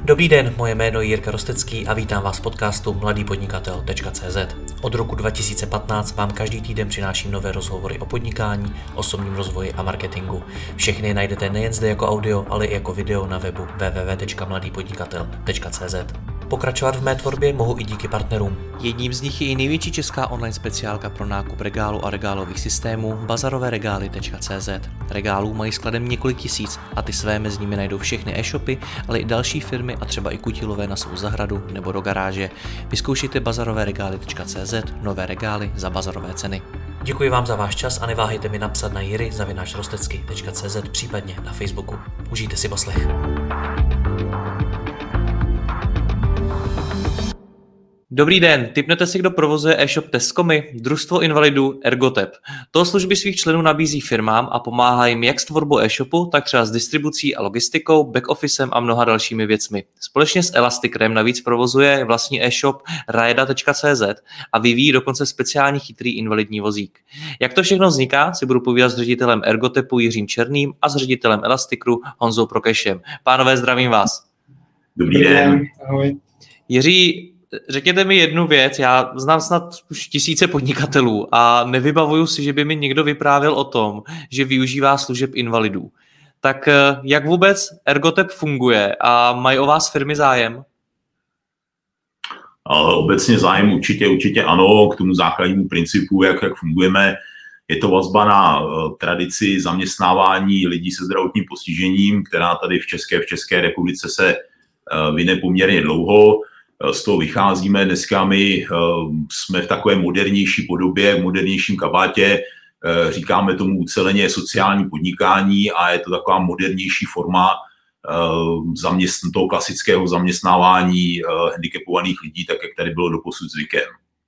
Dobrý den, moje jméno je Jirka Rostecký a vítám vás v podcastu mladýpodnikatel.cz. Od roku 2015 vám každý týden přináším nové rozhovory o podnikání, osobním rozvoji a marketingu. Všechny najdete nejen zde jako audio, ale i jako video na webu www.mladýpodnikatel.cz. Pokračovat v mé tvorbě mohu i díky partnerům. Jedním z nich je i největší česká online speciálka pro nákup regálu a regálových systémů bazaroveregály.cz. Regálů mají skladem několik tisíc a ty své mezi nimi najdou všechny e-shopy, ale i další firmy a třeba i kutilové na svou zahradu nebo do garáže. Vyzkoušejte bazaroveregály.cz, nové regály za bazarové ceny. Děkuji vám za váš čas a neváhejte mi napsat na jiry@rostecky.cz, případně na Facebooku. Užijte si poslech. Dobrý den, tipnete si, kdo provozuje e-shop Tescomy, družstvo invalidů Ergotep. To služby svých členů nabízí firmám a pomáhá jim jak s tvorbou e-shopu, tak třeba s distribucí a logistikou, backofficem a mnoha dalšími věcmi. Společně s Elastikrem navíc provozuje vlastní e-shop raeda.cz a vyvíjí dokonce speciální chytrý invalidní vozík. Jak to všechno vzniká, si budu povídat s ředitelem Ergotepu Jiřím Černým a s ředitelem Elastikru Honzou Prokešem. Pánové, zdravím vás. Dobrý den. Ahoj. Jiří, řekněte mi jednu věc, já znám snad už tisíce podnikatelů a nevybavuju si, že by mi někdo vyprávěl o tom, že využívá služeb invalidů. Tak jak vůbec Ergotep funguje a mají o vás firmy zájem? Obecně zájem určitě ano, k tomu základnímu principu, jak fungujeme. Je to vazba na tradici zaměstnávání lidí se zdravotním postižením, která tady v České republice se vyne poměrně dlouho. Z toho vycházíme. Dneska my jsme v takové modernější podobě, v modernějším kabátě. Říkáme tomu uceleně sociální podnikání a je to taková modernější forma toho klasického zaměstnávání handicapovaných lidí, tak jak tady bylo doposud zvykem.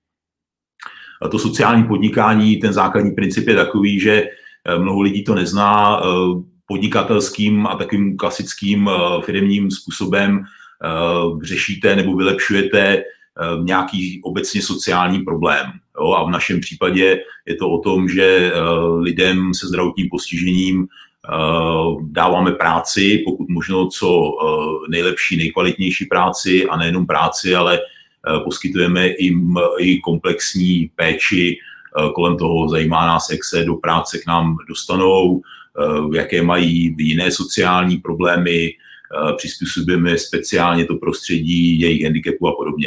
A to sociální podnikání, ten základní princip je takový, že mnoho lidí to nezná. Podnikatelským a takovým klasickým firemním způsobem řešíte nebo vylepšujete nějaký obecně sociální problém. Jo? A v našem případě je to o tom, že lidem se zdravotním postižením dáváme práci, pokud možno co nejlepší, nejkvalitnější práci a nejenom práci, ale poskytujeme jim i komplexní péči kolem toho. Zajímá nás, jak se do práce k nám dostanou, jaké mají jiné sociální problémy, přizpůsobíme speciálně to prostředí jejich handicapu a podobně.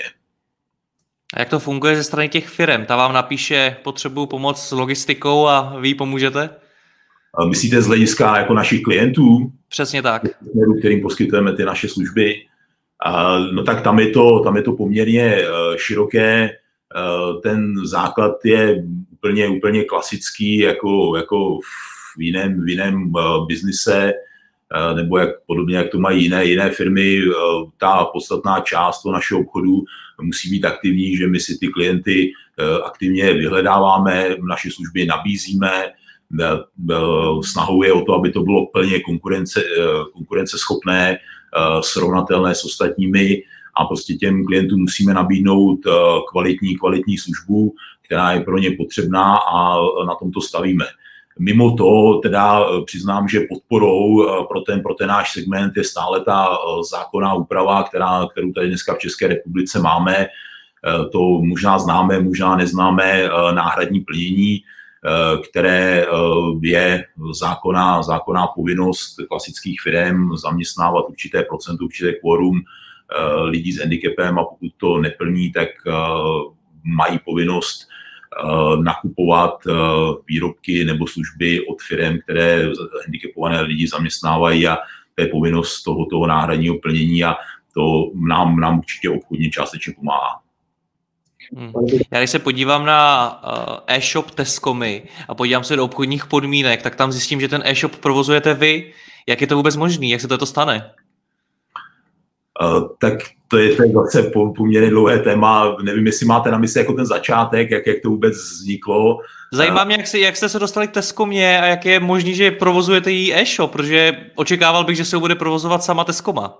A jak to funguje ze strany těch firem? Ta vám napíše potřebu pomoc s logistikou a vy jí pomůžete? Myslíte z hlediska jako našich klientů? Přesně tak. Kterým poskytujeme ty naše služby. No tak tam je to poměrně široké. Ten základ je úplně klasický, jako v jiném biznise, nebo podobně, jak to mají jiné firmy. Ta podstatná část toho našeho obchodu musí být aktivní, že my si ty klienty aktivně vyhledáváme, naše služby nabízíme. Snahou je o to, aby to bylo plně konkurenceschopné, srovnatelné s ostatními a prostě těm klientům musíme nabídnout kvalitní službu, která je pro ně potřebná a na tom to stavíme. Mimo to teda přiznám, že podporou pro ten náš segment je stále ta zákonná úprava, kterou tady dneska v České republice máme. To možná známe, možná neznáme náhradní plnění, které je zákonná povinnost klasických firem zaměstnávat určité procento, určité kvorum lidí s handicapem a pokud to neplní, tak mají povinnost nakupovat výrobky nebo služby od firem, které handicapované lidi zaměstnávají a to je povinnost toho náhradního plnění a to nám určitě obchodně částečně pomáhá. Já když se podívám na e-shop Tescomy a podívám se do obchodních podmínek, tak tam zjistím, že ten e-shop provozujete vy. Jak je to vůbec možný? Jak se to stane? Tak to je zase poměrně dlouhé téma. Nevím, jestli máte na mysli jako ten začátek, jak to vůbec vzniklo. Zajímá mě, jak jste se dostali k Tescomě a jak je možný, že provozujete její e-shop, protože očekával bych, že se bude provozovat sama Tescoma.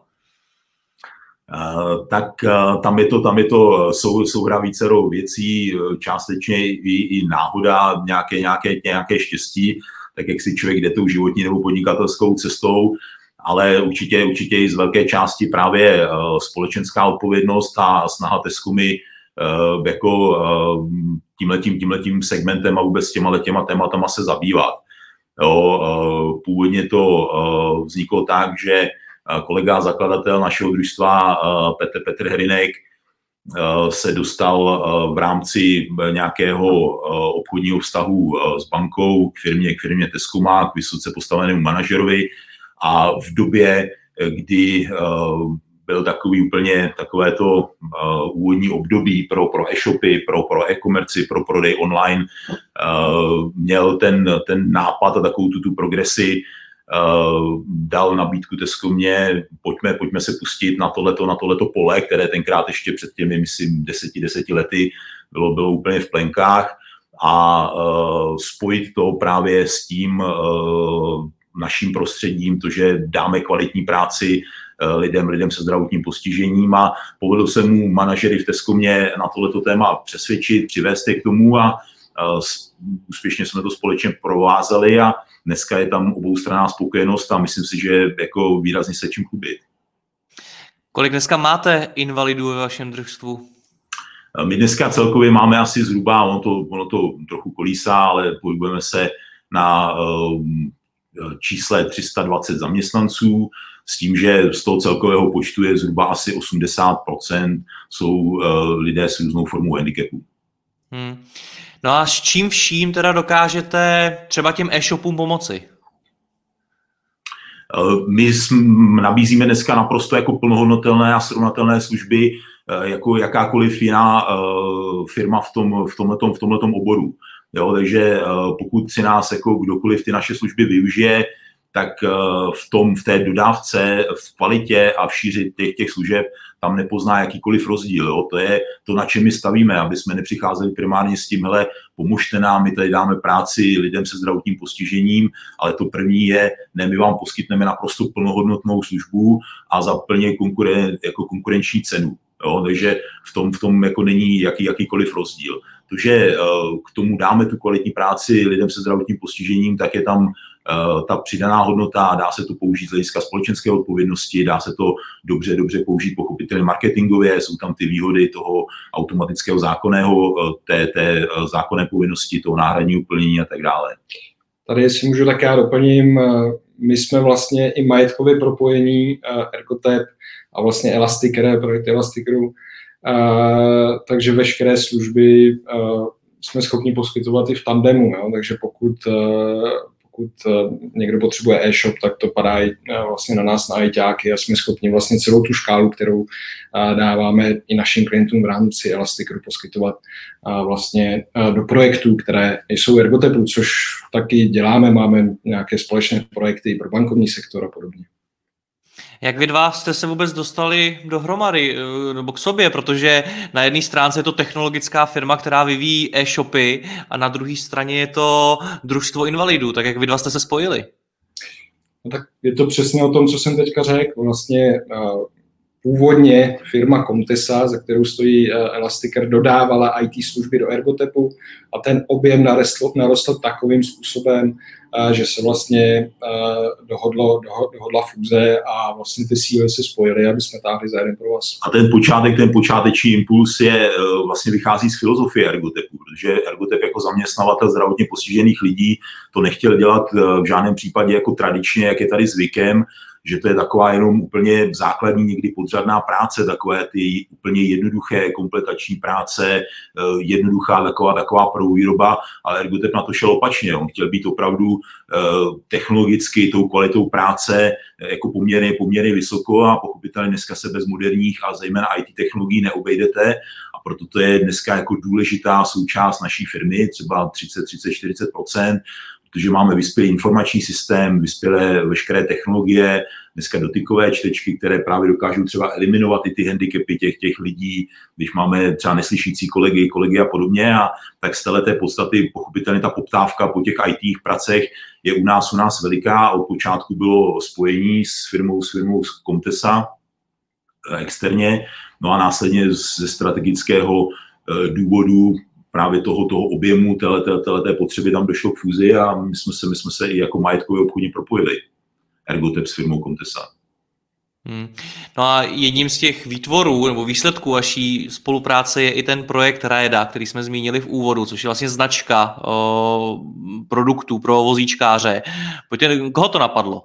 Tak tam je to souhra vícero věcí, částečně i náhoda, nějaké štěstí, tak jak si člověk jde tou životní nebo podnikatelskou cestou. ale určitě i z velké části právě společenská odpovědnost a snaha Tescomy jako tímhletím segmentem a vůbec těma tématama se zabývat. Jo, původně to vzniklo tak, že kolega zakladatel našeho družstva Petr Hrynek se dostal v rámci nějakého obchodního vztahu s bankou k firmě Tescoma, k vysoce postavenému manažerovi a v době, kdy byl takovéto úvodní období pro e-shopy, pro e-komerci, pro prodej online, měl ten nápad a takovou tu progresi, dal nabídku Tescomě, pojďme se pustit na tohleto pole, které tenkrát ještě před těmi, myslím, 10 lety bylo úplně v plenkách a spojit to právě s tím naším prostředím, to, že dáme kvalitní práci lidem se zdravotním postižením a povedlo se mu manažery v Tescomě na tohleto téma přesvědčit, přivést je k tomu a úspěšně jsme to společně provázeli a dneska je tam oboustranná spokojenost a myslím si, že jako výrazně se čím chlubit. Kolik dneska máte invalidů ve vašem družstvu? My dneska celkově máme asi zhruba, ono to trochu kolísá, ale pohybujeme se na čísle 320 zaměstnanců, s tím, že z toho celkového počtu je zhruba asi 80% jsou lidé s různou formou handicapu. No a s čím vším teda dokážete třeba těm e-shopům pomoci? My nabízíme dneska naprosto jako plnohodnotné a srovnatelné služby jako jakákoliv jiná firma v tomhletom oboru. Jo, takže pokud si nás jako kdokoliv ty naše služby využije, tak v té dodávce, v kvalitě a v šíři těch služeb tam nepozná jakýkoliv rozdíl. Jo. To je to, na čem my stavíme, aby jsme nepřicházeli primárně s tím, hele, pomožte nám, my tady dáme práci lidem se zdravotním postižením, ale to první je, ne, my vám poskytneme naprosto plnohodnotnou službu a za plně konkurenční cenu. Jo. Takže v tom jako není jakýkoliv rozdíl. To, že k tomu dáme tu kvalitní práci lidem se zdravotním postižením, tak je tam ta přidaná hodnota, dá se to použít z hlediska společenské odpovědnosti, dá se to dobře použít pochopitelně marketingově, jsou tam ty výhody toho automatického té zákonné povinnosti, toho náhradního plnění a tak dále. Tady, jestli můžu, tak já doplním, my jsme vlastně i majetkově propojení Ergotep a vlastně Elasticare, projekt Elasticaru, takže veškeré služby jsme schopni poskytovat i v tandemu, jo? Takže pokud někdo potřebuje e-shop, tak to padá i vlastně na nás, na ajťáky a jsme schopni vlastně celou tu škálu, kterou dáváme i našim klientům v rámci Elasticaru poskytovat vlastně do projektů, které jsou Ergotepu, což taky děláme, máme nějaké společné projekty i pro bankovní sektor a podobně. Jak vy dva jste se vůbec dostali dohromady nebo k sobě, protože na jedné stránce je to technologická firma, která vyvíjí e-shopy a na druhé straně je to družstvo invalidů, tak jak vy dva jste se spojili? No tak je to přesně o tom, co jsem teďka řekl. Vlastně původně firma Comtesa, za kterou stojí Elasticare, dodávala IT služby do Ergotepu a ten objem narostl takovým způsobem, že se vlastně dohodla fúze a vlastně ty síly se spojily, aby jsme táhli za jeden pro vás. A ten počáteční impuls vlastně vychází z filozofie Ergotepu, protože Ergotep jako zaměstnavatel zdravotně postižených lidí to nechtěl dělat v žádném případě jako tradičně, jak je tady zvykem, že to je taková jenom úplně základní, někdy podřadná práce, takové ty úplně jednoduché kompletační práce, jednoduchá taková prvovýroba, ale Ergotep na to šel opačně. On chtěl být opravdu technologicky tou kvalitou práce jako poměrně vysoko a pochopitelně dneska se bez moderních a zejména IT technologií neobejdete a proto to je dneska jako důležitá součást naší firmy, třeba 30-40%, protože máme vyspělý informační systém, vyspělé veškeré technologie, dneska dotykové čtečky, které právě dokážou třeba eliminovat i ty handicapy těch lidí, když máme třeba neslyšící kolegy a podobně. A tak z té podstaty pochopitelně ta poptávka po těch IT pracech je u nás veliká. Od počátku bylo spojení s firmou Comtesa externě, no a následně ze strategického důvodu právě toho objemu, téhleté potřeby tam došlo k fúzi a my jsme se i jako majetkově obchodně propojili. Ergotep s firmou Contessa. No a jedním z těch výtvorů nebo výsledků vaší spolupráce je i ten projekt Raeda, který jsme zmínili v úvodu, což je vlastně značka produktů pro vozíčkáře. Pojďte, koho to napadlo?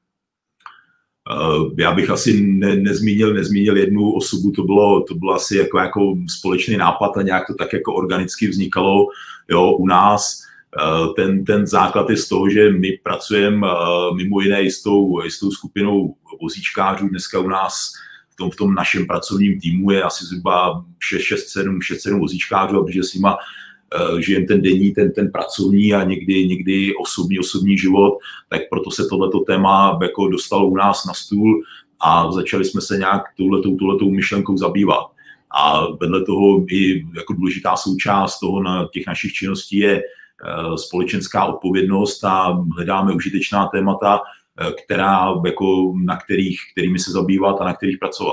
Já bych asi nezmínil jednu osobu, to bylo asi jako společný nápad a nějak to tak jako organicky vznikalo, jo, u nás. Ten základ je z toho, že my pracujeme mimo jiné i s tou skupinou vozíčkářů. Dneska u nás v tom našem pracovním týmu je asi zhruba 6-7 vozíčkářů, protože s nima žijeme ten denní, ten pracovní a někdy osobní život, tak proto se tohleto téma jako dostalo u nás na stůl a začali jsme se nějak touhletou myšlenkou zabývat. A vedle toho i jako důležitá součást toho na těch našich činností je společenská odpovědnost a hledáme užitečná témata, kterými se zabývat a na kterých pracovat.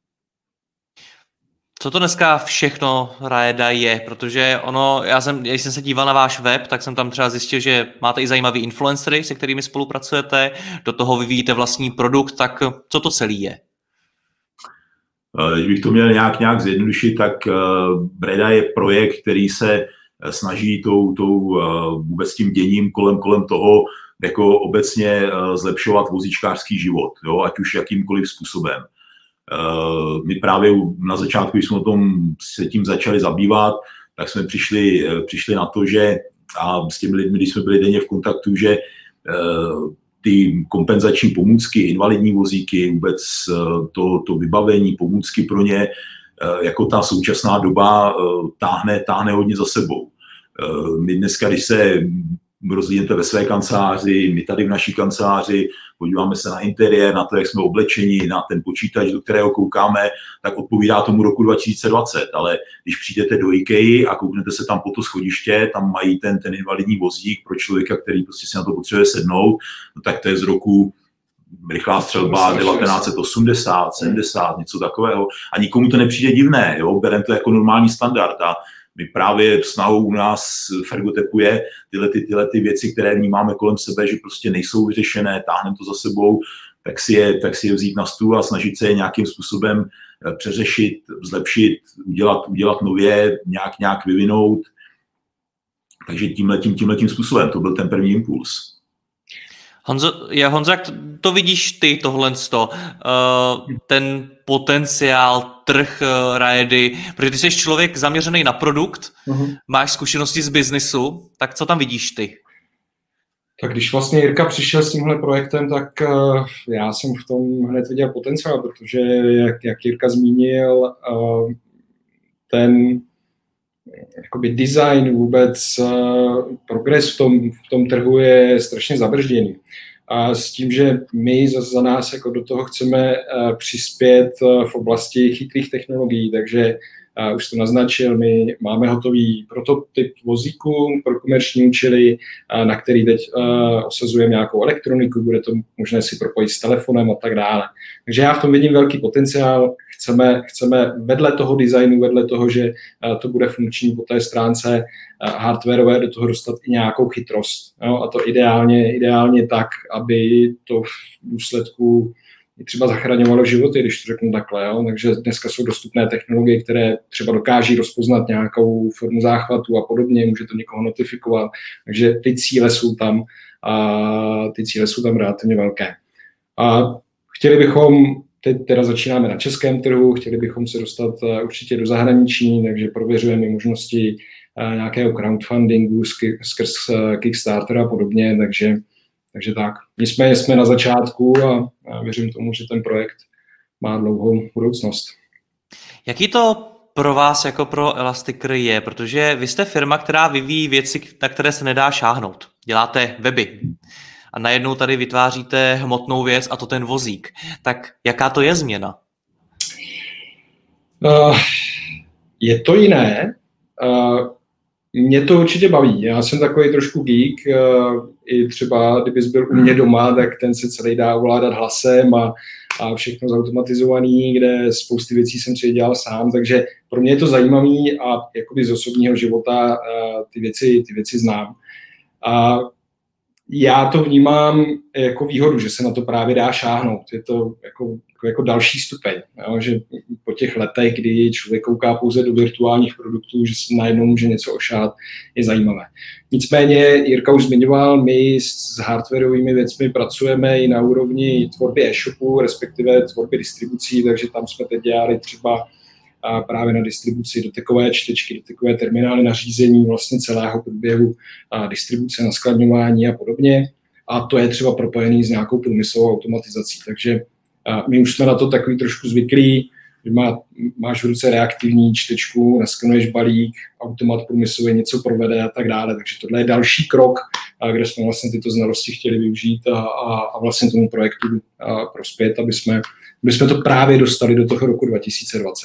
Co to dneska všechno Raeda je? Protože když jsem se díval na váš web, tak jsem tam třeba zjistil, že máte i zajímavý influencery, se kterými spolupracujete, do toho vyvíjíte vlastní produkt, tak co to celý je? Když bych to měl nějak zjednodušit, tak Raeda je projekt, který se snaží vůbec tím děním kolem toho jako obecně zlepšovat vozíčkářský život, jo, ať už jakýmkoliv způsobem. My právě na začátku, když jsme se tím začali zabývat, tak jsme přišli na to, že a s těmi lidmi, když jsme byli denně v kontaktu, že ty kompenzační pomůcky, invalidní vozíky, vůbec to vybavení, pomůcky pro ně, jako ta současná doba táhne hodně za sebou. My dneska, když se rozlídnete ve své kanceláři, my tady v naší kanceláři, podíváme se na interiér, na to, jak jsme oblečeni, na ten počítač, do kterého koukáme, tak odpovídá tomu roku 2020. Ale když přijdete do IKEA a kouknete se tam po to schodiště, tam mají ten invalidní vozík pro člověka, který prostě si na to potřebuje sednout, no tak to je z roku rychlá střelba 1980, 70, něco takového. A nikomu to nepřijde divné, jo? Bereme to jako normální standard. A my právě snahou u nás v Ergotepu je tyhle věci, které vnímáme kolem sebe, že prostě nejsou vyřešené, táhneme to za sebou, tak si je vzít na stůl a snažit se je nějakým způsobem přeřešit, zlepšit, udělat nově, nějak vyvinout. Takže tímhletím způsobem, to byl ten první impuls. Honzo, jak to vidíš ty, ten potenciál, trh Raedy, protože ty jsi člověk zaměřený na produkt, máš zkušenosti z biznisu, tak co tam vidíš ty? Tak když vlastně Jirka přišel s tímhle projektem, tak já jsem v tom hned viděl potenciál, protože jak Jirka zmínil, ten jakoby design, vůbec progres v tom trhu je strašně zabržděný. A s tím, že my za nás jako do toho chceme přispět v oblasti chytrých technologií, takže už to naznačil, my máme hotový prototyp vozíku pro komerční účely, na který teď osazujeme nějakou elektroniku, bude to možné si propojit s telefonem a tak dále. Takže já v tom vidím velký potenciál, chceme vedle toho designu, vedle toho, že to bude funkční po té stránce hardwareové, do toho dostat i nějakou chytrost. Jo? A to ideálně tak, aby to v důsledku třeba zachraňovalo životy, když to řeknu takhle. Jo? Takže dneska jsou dostupné technologie, které třeba dokáží rozpoznat nějakou formu záchvatu a podobně, může to někoho notifikovat. Takže ty cíle jsou tam relativně velké. A chtěli bychom, teď teda začínáme na českém trhu, chtěli bychom se dostat určitě do zahraničí, takže prověřujeme možnosti nějakého crowdfundingu skrz Kickstarter a podobně, takže tak. My jsme na začátku a věřím tomu, že ten projekt má dlouhou budoucnost. Jaký to pro vás jako pro Elasticr je? Protože vy jste firma, která vyvíjí věci, na které se nedá šáhnout. Děláte weby a najednou tady vytváříte hmotnou věc a to ten vozík. Tak jaká to je změna? Je to jiné. Mě to určitě baví. Já jsem takový trošku geek. I třeba, kdybys byl u mě doma, tak ten se celý dá ovládat hlasem a všechno zautomatizovaný, kde spousty věcí jsem si dělal sám, takže pro mě je to zajímavý a jakoby z osobního života ty věci znám. A Já to vnímám jako výhodu, že se na to právě dá šáhnout. Je to jako další stupeň, jo? Že po těch letech, kdy člověk kouká pouze do virtuálních produktů, že se najednou může něco ošát, je zajímavé. Nicméně Jirka už zmiňoval, my s hardwareovými věcmi pracujeme i na úrovni tvorby e-shopu, respektive tvorby distribucí, takže tam jsme teď dělali třeba právě na distribuci dotekové čtečky, dotekové terminály na řízení vlastně celého průběhu distribuce, naskladňování a podobně. A to je třeba propojený s nějakou průmyslovou automatizací. Takže my už jsme na to takový trošku zvyklí, že máš v ruce reaktivní čtečku, naskenuješ balík, automat průmyslově něco provede a tak dále. Takže tohle je další krok, kde jsme vlastně tyto znalosti chtěli využít a vlastně tomu projektu prospět, aby jsme to právě dostali do toho roku 2020.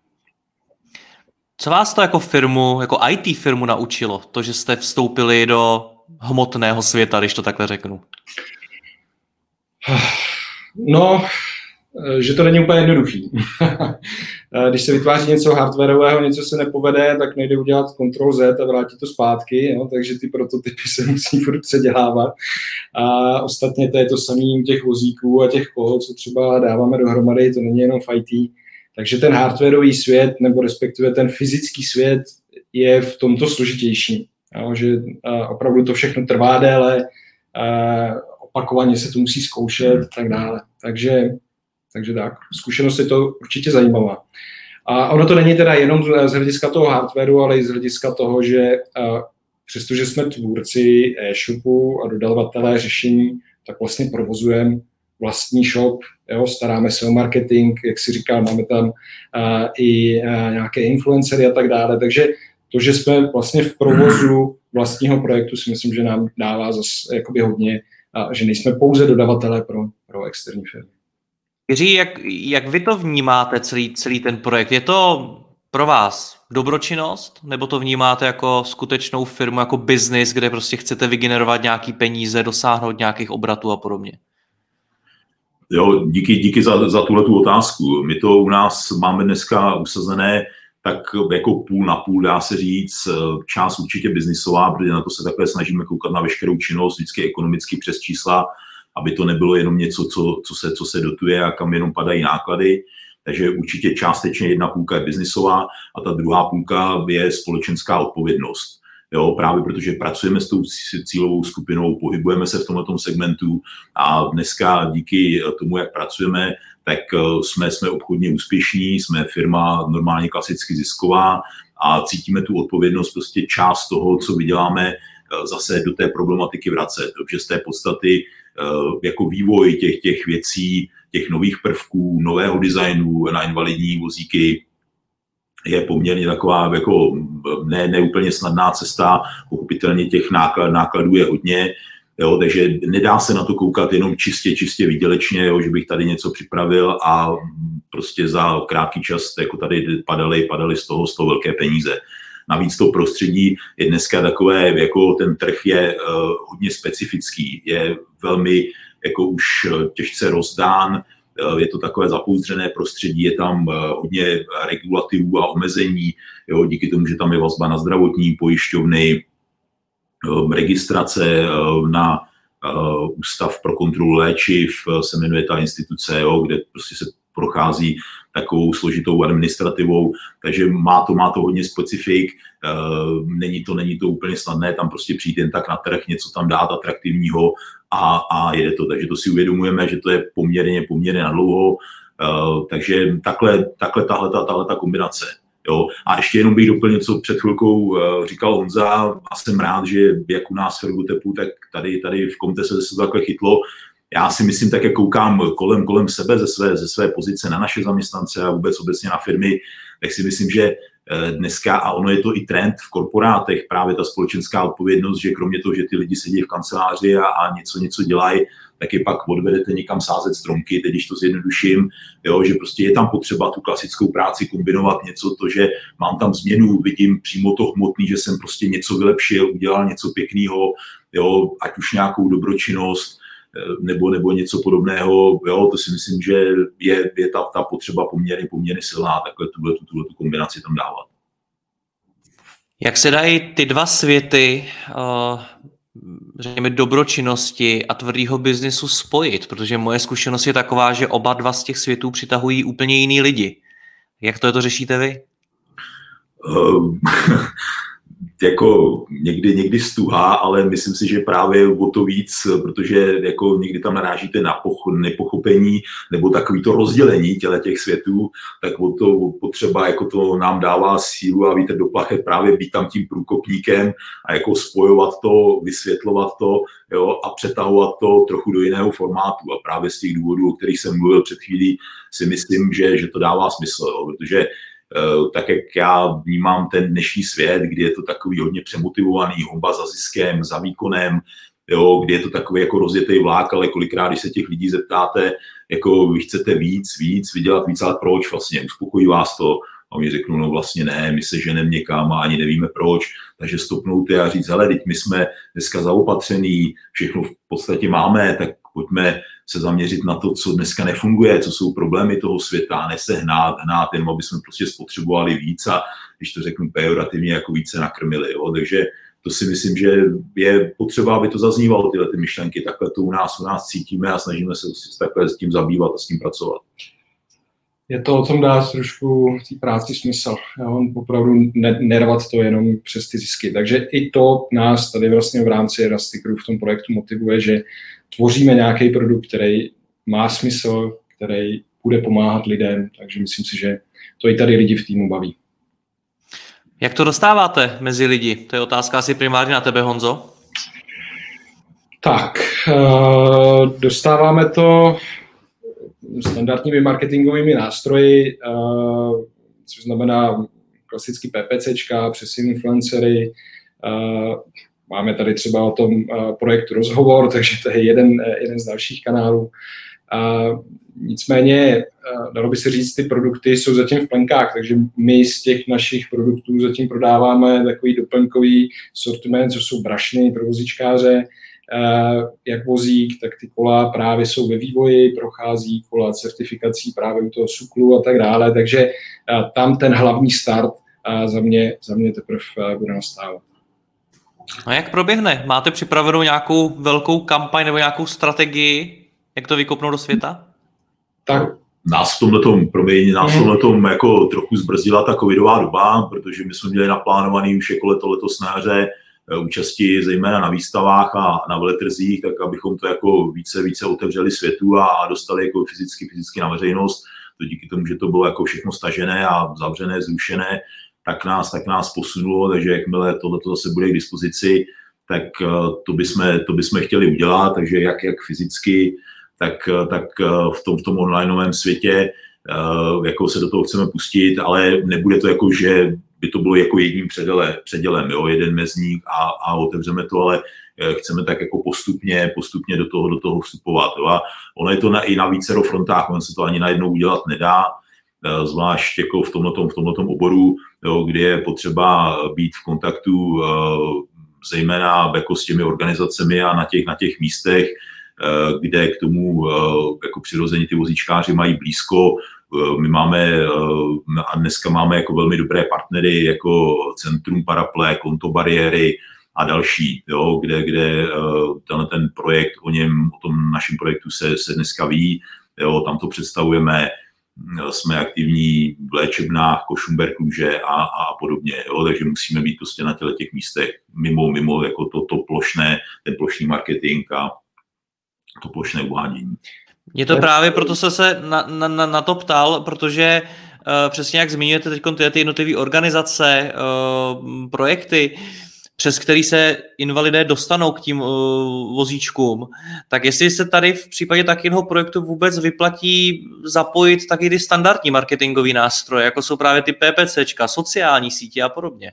Co vás to jako firmu, jako IT firmu naučilo? To, že jste vstoupili do hmotného světa, když to takhle řeknu. No, že to není úplně jednoduchý. Když se vytváří něco hardwareového, něco se nepovede, tak nejde udělat Ctrl+Z a vrátit to zpátky, jo? Takže ty prototypy se musí furt předělávat. A ostatně to je to samé těch vozíků a těch kohů, co třeba dáváme dohromady, to není jenom v IT. Takže ten hardwareový svět, nebo respektive ten fyzický svět je v tomto složitější. Jo? Že opravdu to všechno trvá déle, opakovaně se to musí zkoušet a tak dále. Takže tak, zkušenost je to určitě zajímavá. A ono to není teda jenom z hlediska toho hardwareu, ale i z hlediska toho, že přestože jsme tvůrci e-shopu a dodavatelé řešení, tak vlastně provozujeme vlastní shop, jo, staráme se o marketing, jak si říkal, máme tam i nějaké influencery a tak dále, takže to, že jsme vlastně v provozu vlastního projektu, si myslím, že nám dává zase jakoby hodně, že nejsme pouze dodavatelé pro externí firmy. Jiří, jak vy to vnímáte, celý ten projekt? Je to pro vás dobročinnost, nebo to vnímáte jako skutečnou firmu, jako biznis, kde prostě chcete vygenerovat nějaký peníze, dosáhnout nějakých obratů a podobně? Jo, díky za tuhletu otázku. My to u nás máme dneska usazené tak jako půl na půl, dá se říct, část určitě biznisová, protože na to se takhle snažíme koukat na veškerou činnost, vždycky ekonomicky přes čísla, aby to nebylo jenom něco, co se dotuje a kam jenom padají náklady. Takže určitě částečně jedna půlka je biznisová a ta druhá půlka je společenská odpovědnost. Jo, právě protože pracujeme s tou cílovou skupinou, pohybujeme se v tomto segmentu a dneska díky tomu, jak pracujeme, tak jsme obchodně úspěšní, jsme firma normálně klasicky zisková a cítíme tu odpovědnost prostě část toho, co vyděláme, zase do té problematiky vracet. Takže z té podstaty jako vývoj těch věcí, těch nových prvků, nového designu na invalidní vozíky je poměrně taková jako ne úplně snadná cesta, pochopitelně těch nákladů je hodně, jo, takže nedá se na to koukat jenom čistě výdělečně, jo, že bych tady něco připravil a prostě za krátký čas jako tady padaly z toho velké peníze. Navíc to prostředí je dneska takové, jako ten trh je hodně specifický, je velmi jako už těžce rozdán, je to takové zapouzdřené prostředí, je tam hodně regulativů a omezení, jo, díky tomu, že tam je vazba na zdravotní pojišťovny, registrace na Ústav pro kontrolu léčiv, se jmenuje ta instituce, jo, kde prostě se prochází takovou složitou administrativou, takže má to hodně specifik, není to úplně snadné tam prostě přijít jen tak na trh, něco tam dát atraktivního a jede to, takže to si uvědomujeme, že to je poměrně nadlouho, takže takhle tahleta kombinace. Jo. A ještě jenom bych doplnil, co před chvilkou říkal Honza, a jsem rád, že jak u nás v Ergotepu, tak tady v Comtese se to takhle chytlo. Já si myslím, tak jak koukám kolem sebe ze své pozice na naše zaměstnance a vůbec obecně na firmy, tak si myslím, že dneska, a ono je to i trend v korporátech, právě ta společenská odpovědnost, že kromě toho, že ty lidi sedí v kanceláři a něco dělají, tak je pak odvedete někam sázet stromky, teď když to zjednoduším, jo, že prostě je tam potřeba tu klasickou práci kombinovat něco, to, že mám tam změnu, vidím přímo to hmotný, že jsem prostě něco vylepšil, udělal něco pěkného, jo, ať už nějakou dobročinnost, nebo něco podobného, jo, to si myslím, že je ta potřeba poměrně silná, takhle tuhle kombinaci tam dávat. Jak se dají ty dva světy řekněme, dobročinnosti a tvrdého biznisu spojit? Protože moje zkušenost je taková, že oba dva z těch světů přitahují úplně jiný lidi. Jak to řešíte vy? Jako někdy stuhá, ale myslím si, že právě o to víc, protože jako někdy tam narážíte na nepochopení nebo takový to rozdělení těch světů, tak o to potřeba jako to nám dává sílu a vítr do plachet právě být tam tím průkopníkem a jako spojovat to, vysvětlovat to, jo, a přetahovat to trochu do jiného formátu. A právě z těch důvodů, o kterých jsem mluvil před chvílí, si myslím, že to dává smysl, jo, protože tak jak já vnímám ten dnešní svět, kdy je to takový hodně přemotivovaný, honba za ziskem, za výkonem, jo, kdy je to takový jako rozjetý vlák, ale kolikrát, když se těch lidí zeptáte, jako vy chcete víc, vydělat víc, ale proč vlastně, uspokojí vás to? A oni řeknou, no vlastně ne, my se ženeme někam a ani nevíme proč, takže stopnout a říct, hele, teď my jsme dneska zaopatřený, všechno v podstatě máme, tak pojďme se zaměřit na to, co dneska nefunguje, co jsou problémy toho světa, ne se hnát, jenom aby jsme prostě spotřebovali víc a když to řeknu pejorativně, jako více nakrmili. Jo? Takže to si myslím, že je potřeba, aby to zaznívalo, tyhle ty myšlenky, takhle to u nás cítíme a snažíme se takhle s tím zabývat a s tím pracovat. Je to o tom dát trošku té práci smysl. On opravdu nervat to jenom přes ty zisky. Takže i to nás tady vlastně v rámci Elasticru v tom projektu motivuje, že tvoříme nějaký produkt, který má smysl, který bude pomáhat lidem, takže myslím si, že to i tady lidi v týmu baví. Jak to dostáváte mezi lidi? To je otázka asi primárně na tebe, Honzo. Tak, dostáváme to standardními marketingovými nástroji, což znamená klasický PPCčka, přes influencery. Máme tady třeba o tom projektu Rozhovor, takže to je jeden z dalších kanálů. Nicméně, dalo by se říct, ty produkty jsou zatím v plenkách, takže my z těch našich produktů zatím prodáváme takový doplňkový sortiment, co jsou brašny pro vozíčkáře, jak vozík, tak ty kola právě jsou ve vývoji, prochází kola certifikací právě u toho SUKLu a tak dále, takže tam ten hlavní start za mě teprve bude nastávat. A jak proběhne? Máte připravenou nějakou velkou kampaň nebo nějakou strategii, jak to vykopnout do světa? Tak. Nás v tomhletom jako trochu zbrzdila ta covidová doba, protože my jsme měli naplánovaný už jako letos na jaře účasti zejména na výstavách a na veletrzích, tak abychom to jako více otevřeli světu a dostali jako fyzicky na veřejnost. To díky tomu, že to bylo jako všechno stažené a zavřené, zrušené, tak nás posunulo, takže jakmile tohleto zase bude k dispozici, tak to bychom chtěli udělat, takže jak fyzicky, tak v tom onlineovém světě jako se do toho chceme pustit, ale nebude to jako, že by to bylo jako jedním předělem, jo, jeden mezník a otevřeme to, ale chceme tak jako postupně do toho vstupovat. Jo. A ono je to i na vícero frontách, ono se to ani najednou udělat nedá, zvlášť jako v tomhletom oboru, jo, kde je potřeba být v kontaktu zejména jako s těmi organizacemi a na těch místech, kde k tomu jako přirozeně ty vozíčkáři mají blízko. My máme a dneska máme jako velmi dobré partnery jako Centrum Paraple, Kontobariéry a další, jo, kde ten projekt, o tom našem projektu se dneska ví, jo, tam to představujeme, jsme aktivní v léčebnách, Košumberk, Kluže a podobně, jo, takže musíme být prostě na těch místech mimo jako to plošné, ten plošný marketing a to plošné uvádění. Je to právě proto se na to ptal, protože přesně jak zmiňujete teď ty jednotlivé organizace, projekty, přes který se invalidé dostanou k tím vozíčkům, tak jestli se tady v případě takového projektu vůbec vyplatí zapojit taky ty standardní marketingové nástroje, jako jsou právě ty PPCčka, sociální sítě a podobně.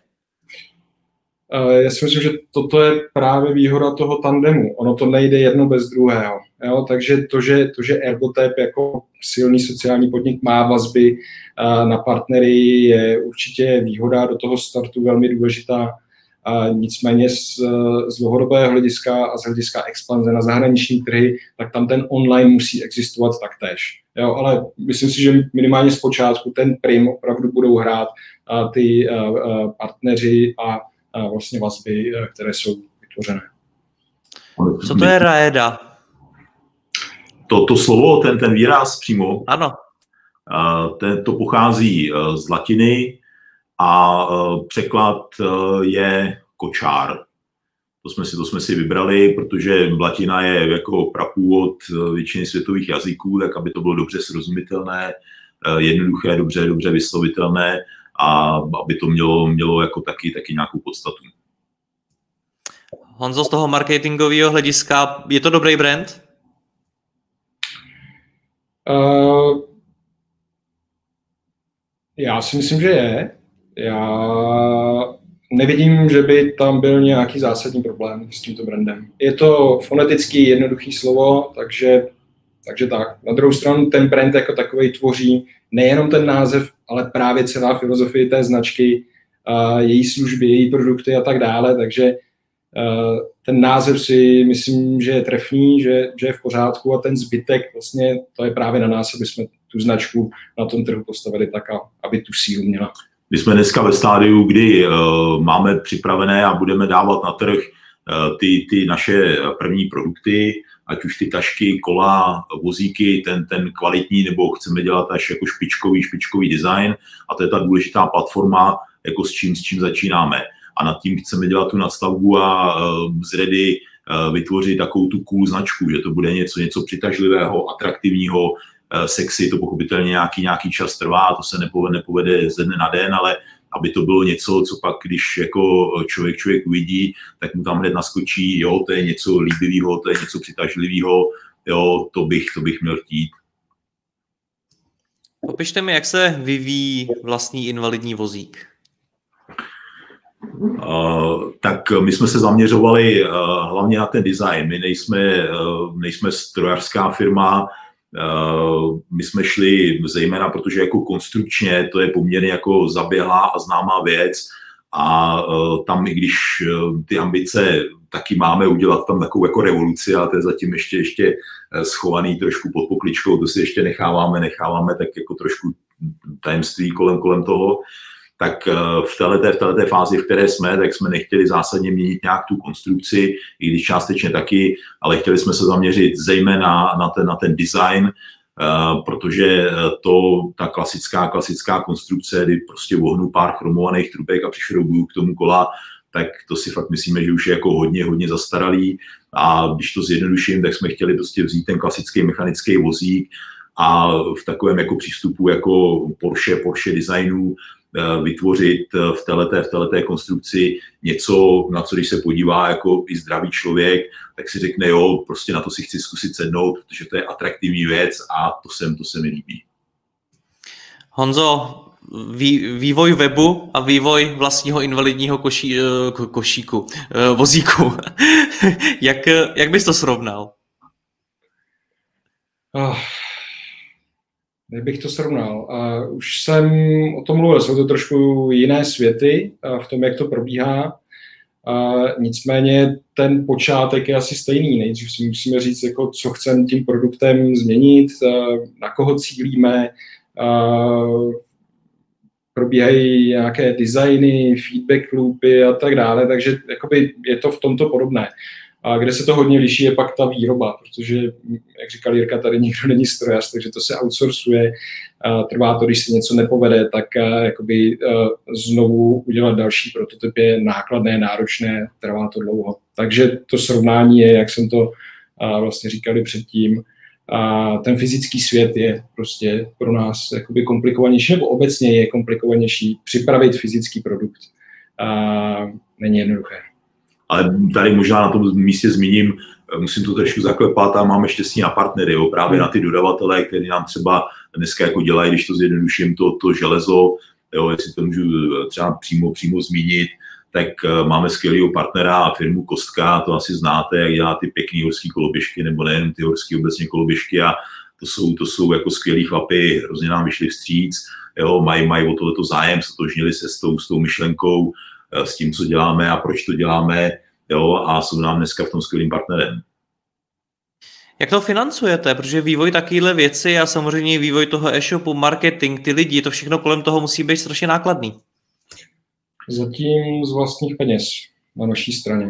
Já si myslím, že toto je právě výhoda toho tandemu. Ono to nejde jedno bez druhého. Jo? Takže to, že Ergotep jako silný sociální podnik má vazby na partnery, je určitě výhoda, do toho startu velmi důležitá. Nicméně z dlouhodobého hlediska a z hlediska expanze na zahraniční trhy, tak tam ten online musí existovat taktéž. Jo? Ale myslím si, že minimálně zpočátku ten prim opravdu budou hrát ty partneři a vlastně vazby, které jsou vytvořené. Co to je Raeda? To slovo, ten výraz přímo, ano. To pochází z latiny a překlad je kočár. To jsme si vybrali, protože latina je jako prapůvod většiny světových jazyků, tak aby to bylo dobře srozumitelné, jednoduché, dobře vyslovitelné a aby to mělo jako taky nějakou podstatu. Honzo, z toho marketingového hlediska, je to dobrý brand? Já si myslím, že je. Já nevidím, že by tam byl nějaký zásadní problém s tímto brandem. Je to foneticky jednoduchý slovo, takže tak. Na druhou stranu ten brand jako takový tvoří nejenom ten název, ale právě celá filozofie té značky, její služby, její produkty a tak dále, takže ten název si myslím, že je trefný, že je v pořádku a ten zbytek vlastně to je právě na nás, aby jsme tu značku na tom trhu postavili tak, aby tu sílu měla. My jsme dneska ve stádiu, kdy máme připravené a budeme dávat na trh ty naše první produkty, ať už ty tašky, kola, vozíky, ten kvalitní, nebo chceme dělat až jako špičkový design a to je ta důležitá platforma, jako s čím začínáme. A nad tím chceme dělat tu nadstavbu a zredy vytvořit takovou tu cool značku, že to bude něco přitažlivého, atraktivního, sexy, to pochopitelně nějaký čas trvá, to se nepovede ze dne na den, ale aby to bylo něco, co pak, když jako člověk uvidí, tak mu tam hned naskočí, jo, to je něco líbivého, to je něco přitažlivého, jo, to bych měl chtít. Popište mi, jak se vyvíjí vlastní invalidní vozík. Tak my jsme se zaměřovali hlavně na ten design. My nejsme strojařská firma, my jsme šli zejména, protože jako konstrukčně to je poměrně jako zaběhlá a známá věc a tam, i když ty ambice taky máme udělat tam takovou jako revoluci, ale to je zatím ještě schovaný trošku pod pokličkou, to si ještě necháváme tak jako trošku tajemství kolem toho. Tak v této fázi, v které jsme, tak jsme nechtěli zásadně měnit nějak tu konstrukci, i když částečně taky, ale chtěli jsme se zaměřit zejména na ten design, protože ta klasická konstrukce, kdy prostě vohnu pár chromovaných trubek a přišroubuju k tomu kola, tak to si fakt myslíme, že už je jako hodně zastaralý a když to zjednoduším, tak jsme chtěli prostě vzít ten klasický mechanický vozík a v takovém jako přístupu jako Porsche designu vytvořit v této konstrukci něco, na co když se podívá jako i zdravý člověk, tak si řekne, jo, prostě na to si chci zkusit sednout, protože to je atraktivní věc a to se mi líbí. Honzo, vývoj webu a vývoj vlastního invalidního vozíku. Jak bys to srovnal? Jak bych to srovnal? Už jsem o tom mluvil, jsou to trošku jiné světy v tom, jak to probíhá. Nicméně ten počátek je asi stejný. Nejdřív si musíme říct, jako, co chceme tím produktem změnit, na koho cílíme, probíhají nějaké designy, feedback loopy a tak dále, takže jakoby je to v tomto podobné. A kde se to hodně liší, je pak ta výroba, protože, jak říkal Jirka, tady nikdo není strojař, takže to se outsourcuje, trvá to, když se něco nepovede, tak jakoby znovu udělat další prototyp je nákladné, náročné, trvá to dlouho. Takže to srovnání je, jak jsem to vlastně říkali předtím, ten fyzický svět je prostě pro nás jakoby komplikovanější, nebo obecně je komplikovanější připravit fyzický produkt. Není jednoduché. Ale tady možná na tom místě zmíním, musím to trošku zaklepat a máme štěstí na partnery, jo, právě na ty dodavatele, kteří nám třeba dneska jako dělají, když to zjednoduším, to železo, jo, jestli to můžu třeba přímo zmínit, tak máme skvělého partnera a firmu Kostka, to asi znáte, jak dělá ty pěkný horský koloběžky, nebo nejen ty horský obecně koloběžky a to jsou jako skvělý chlapy, hrozně nám vyšli vstříc, jo, mají o tohleto zájem, stotožnili se s tou myšlenkou, s tím, co děláme a proč to děláme, jo, a jsou nám dneska v tom skvělým partnerem. Jak to financujete? Protože vývoj takovéhle věci a samozřejmě vývoj toho e-shopu, marketing, ty lidi, to všechno kolem toho musí být strašně nákladný. Zatím z vlastních peněz na naší straně.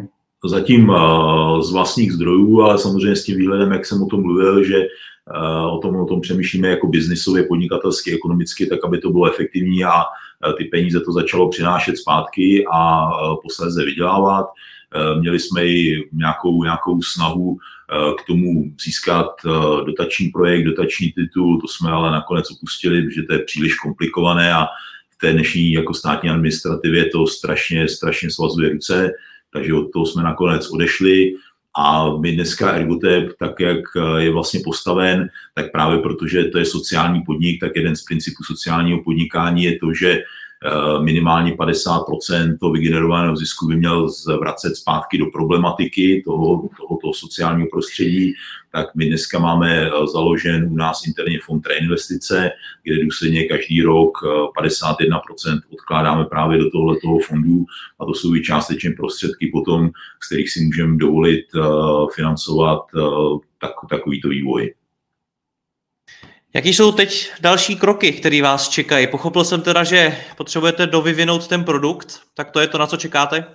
Zatím z vlastních zdrojů, ale samozřejmě s tím výhledem, jak jsem o tom mluvil, že o tom přemýšlíme jako biznisově, podnikatelsky, ekonomicky, tak aby to bylo efektivní a ty peníze to začalo přinášet zpátky a posléze vydělávat. Měli jsme i nějakou snahu k tomu získat dotační projekt, dotační titul, to jsme ale nakonec opustili, protože to je příliš komplikované a v té dnešní jako státní administrativě to strašně svazuje ruce, takže od toho jsme nakonec odešli. A my dneska Ergotep, tak jak je vlastně postaven, tak právě protože to je sociální podnik, tak jeden z principů sociálního podnikání je to, že minimálně 50% toho vygenerovaného zisku by měl vracet zpátky do problematiky toho sociálního prostředí. Tak my dneska máme založen u nás interně fond reinvestice, kde důsledně každý rok 51% odkládáme právě do tohoto fondu a to jsou i částečné prostředky potom, z kterých si můžeme dovolit financovat takovýto vývoj. Jaký jsou teď další kroky, které vás čekají? Pochopil jsem teda, že potřebujete dovyvinout ten produkt, tak to je to, na co čekáte?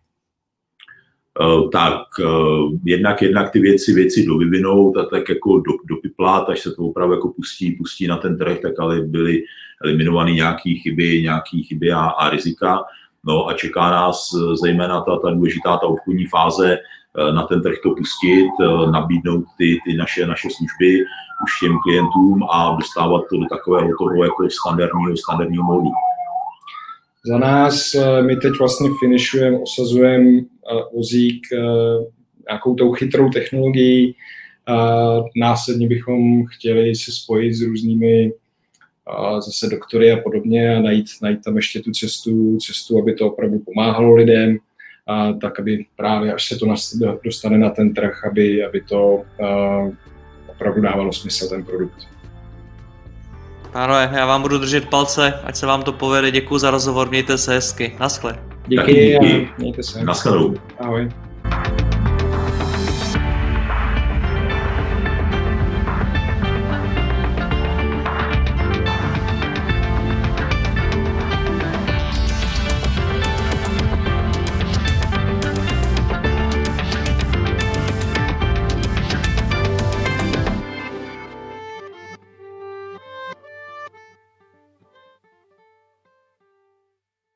Tak jednak ty věci dovyvinout a tak jako dopiplat, až se to opravdu jako pustí na ten trh, tak ale byly eliminovány nějaké chyby a rizika. No a čeká nás zejména ta důležitá ta obchodní fáze, na ten trh to pustit, nabídnout ty naše služby už těm klientům a dostávat to do takového toho jako standardního módu. Za nás my teď vlastně osazujeme vozík nějakou tou chytrou technologií. Následně bychom chtěli se spojit s různými zase doktory a podobně a najít tam ještě tu cestu, aby to opravdu pomáhalo lidem, tak aby právě až se to dostane na ten trh, aby to opravdu dávalo smysl ten produkt. Pánové, já vám budu držet palce, ať se vám to povede. Děkuji za rozhovor, mějte se hezky. Naschle. Díky. A mějte se. Naschledanou. Ahoj.